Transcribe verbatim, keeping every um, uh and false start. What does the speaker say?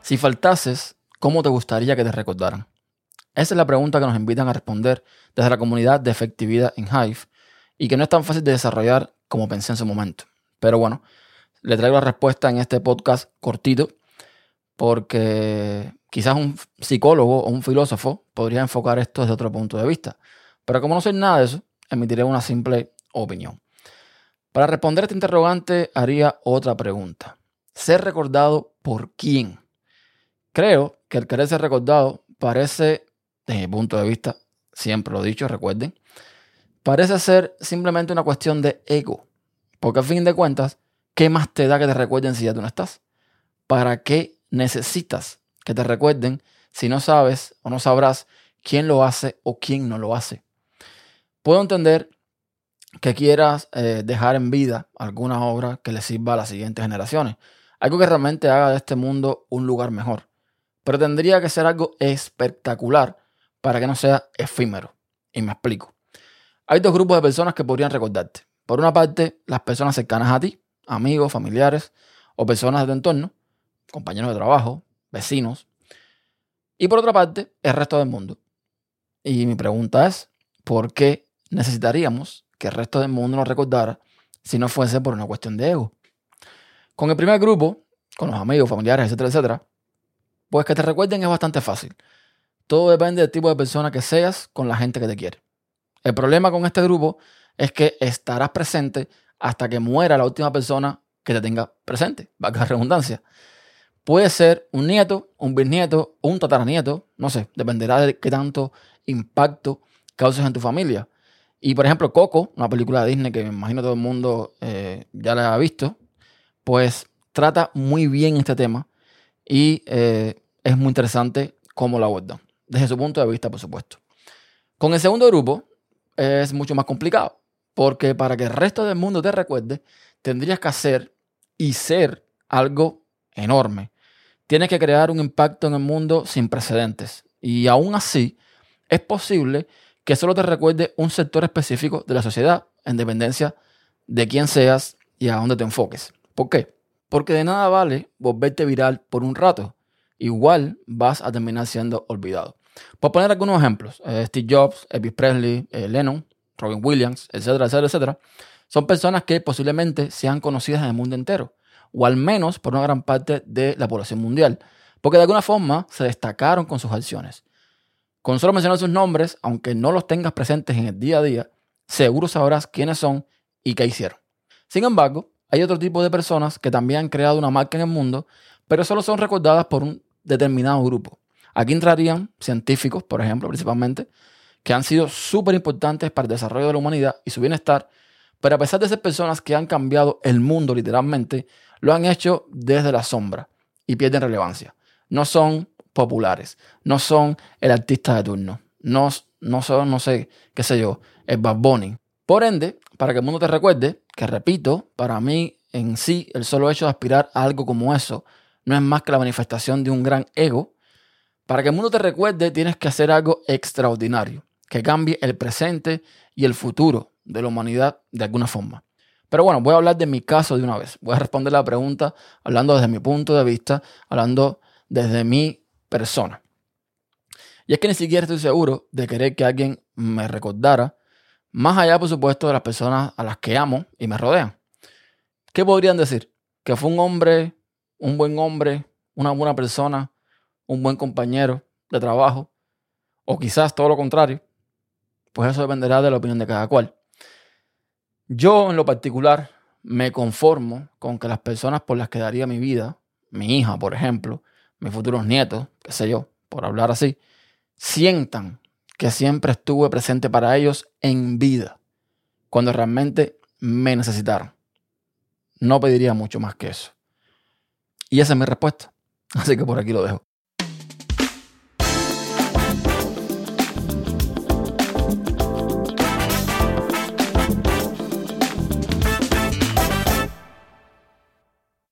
Si faltases, ¿cómo te gustaría que te recordaran? Esa es la pregunta que nos invitan a responder desde la comunidad de efectividad en Hive y que no es tan fácil de desarrollar como pensé en su momento. Pero bueno, le traigo la respuesta en este podcast cortito porque quizás un psicólogo o un filósofo podría enfocar esto desde otro punto de vista. Pero como no soy nada de eso, emitiré una simple opinión. Para responder a este interrogante haría otra pregunta. ¿Ser recordado por quién? Creo que el querer ser recordado parece, desde mi punto de vista, siempre lo he dicho, recuerden, parece ser simplemente una cuestión de ego. Porque a fin de cuentas, ¿qué más te da que te recuerden si ya tú no estás? ¿Para qué necesitas que te recuerden si no sabes o no sabrás quién lo hace o quién no lo hace? Puedo entender que quieras eh, dejar en vida alguna obra que le sirva a las siguientes generaciones. Algo que realmente haga de este mundo un lugar mejor. Pero tendría que ser algo espectacular para que no sea efímero. Y me explico. Hay dos grupos de personas que podrían recordarte. Por una parte, las personas cercanas a ti, amigos, familiares o personas de tu entorno, compañeros de trabajo, vecinos. Y por otra parte, el resto del mundo. Y mi pregunta es, ¿por qué necesitaríamos que el resto del mundo nos recordara si no fuese por una cuestión de ego? Con el primer grupo, con los amigos, familiares, etcétera, etcétera, pues que te recuerden es bastante fácil. Todo depende del tipo de persona que seas con la gente que te quiere. El problema con este grupo es que estarás presente hasta que muera la última persona que te tenga presente, valga la redundancia. Puede ser un nieto, un bisnieto o un tataranieto, no sé, dependerá de qué tanto impacto causes en tu familia. Y por ejemplo, Coco, una película de Disney que me imagino todo el mundo eh, ya la ha visto, pues trata muy bien este tema y eh, es muy interesante cómo lo abordan, desde su punto de vista, por supuesto. Con el segundo grupo es mucho más complicado, porque para que el resto del mundo te recuerde, tendrías que hacer y ser algo enorme. Tienes que crear un impacto en el mundo sin precedentes. Y aún así, es posible que solo te recuerde un sector específico de la sociedad, en dependencia de quién seas y a dónde te enfoques. ¿Por qué? Porque de nada vale volverte viral por un rato. Igual vas a terminar siendo olvidado. Por poner algunos ejemplos, eh, Steve Jobs, Elvis Presley, eh, Lennon, Robin Williams, etcétera, etcétera, etcétera, son personas que posiblemente sean conocidas en el mundo entero, o al menos por una gran parte de la población mundial, porque de alguna forma se destacaron con sus acciones. Con solo mencionar sus nombres, aunque no los tengas presentes en el día a día, seguro sabrás quiénes son y qué hicieron. Sin embargo, hay otro tipo de personas que también han creado una marca en el mundo, pero solo son recordadas por un determinado grupo. Aquí entrarían científicos, por ejemplo, principalmente, que han sido súper importantes para el desarrollo de la humanidad y su bienestar, pero a pesar de ser personas que han cambiado el mundo literalmente, lo han hecho desde la sombra y pierden relevancia. No son populares, no son el artista de turno, no, no son, no sé, qué sé yo, el Bad Bunny. Por ende, para que el mundo te recuerde, que repito, para mí en sí el solo hecho de aspirar a algo como eso no es más que la manifestación de un gran ego. Para que el mundo te recuerde tienes que hacer algo extraordinario, que cambie el presente y el futuro de la humanidad de alguna forma. Pero bueno, voy a hablar de mi caso de una vez. Voy a responder la pregunta hablando desde mi punto de vista, hablando desde mi persona. Y es que ni siquiera estoy seguro de querer que alguien me recordara, más allá, por supuesto, de las personas a las que amo y me rodean. ¿Qué podrían decir? Que fue un hombre, un buen hombre, una buena persona, un buen compañero de trabajo, o quizás todo lo contrario. Pues eso dependerá de la opinión de cada cual. Yo, en lo particular, me conformo con que las personas por las que daría mi vida, mi hija, por ejemplo, mis futuros nietos, qué sé yo, por hablar así, sientan que siempre estuve presente para ellos en vida, cuando realmente me necesitaron. No pediría mucho más que eso. Y esa es mi respuesta. Así que por aquí lo dejo.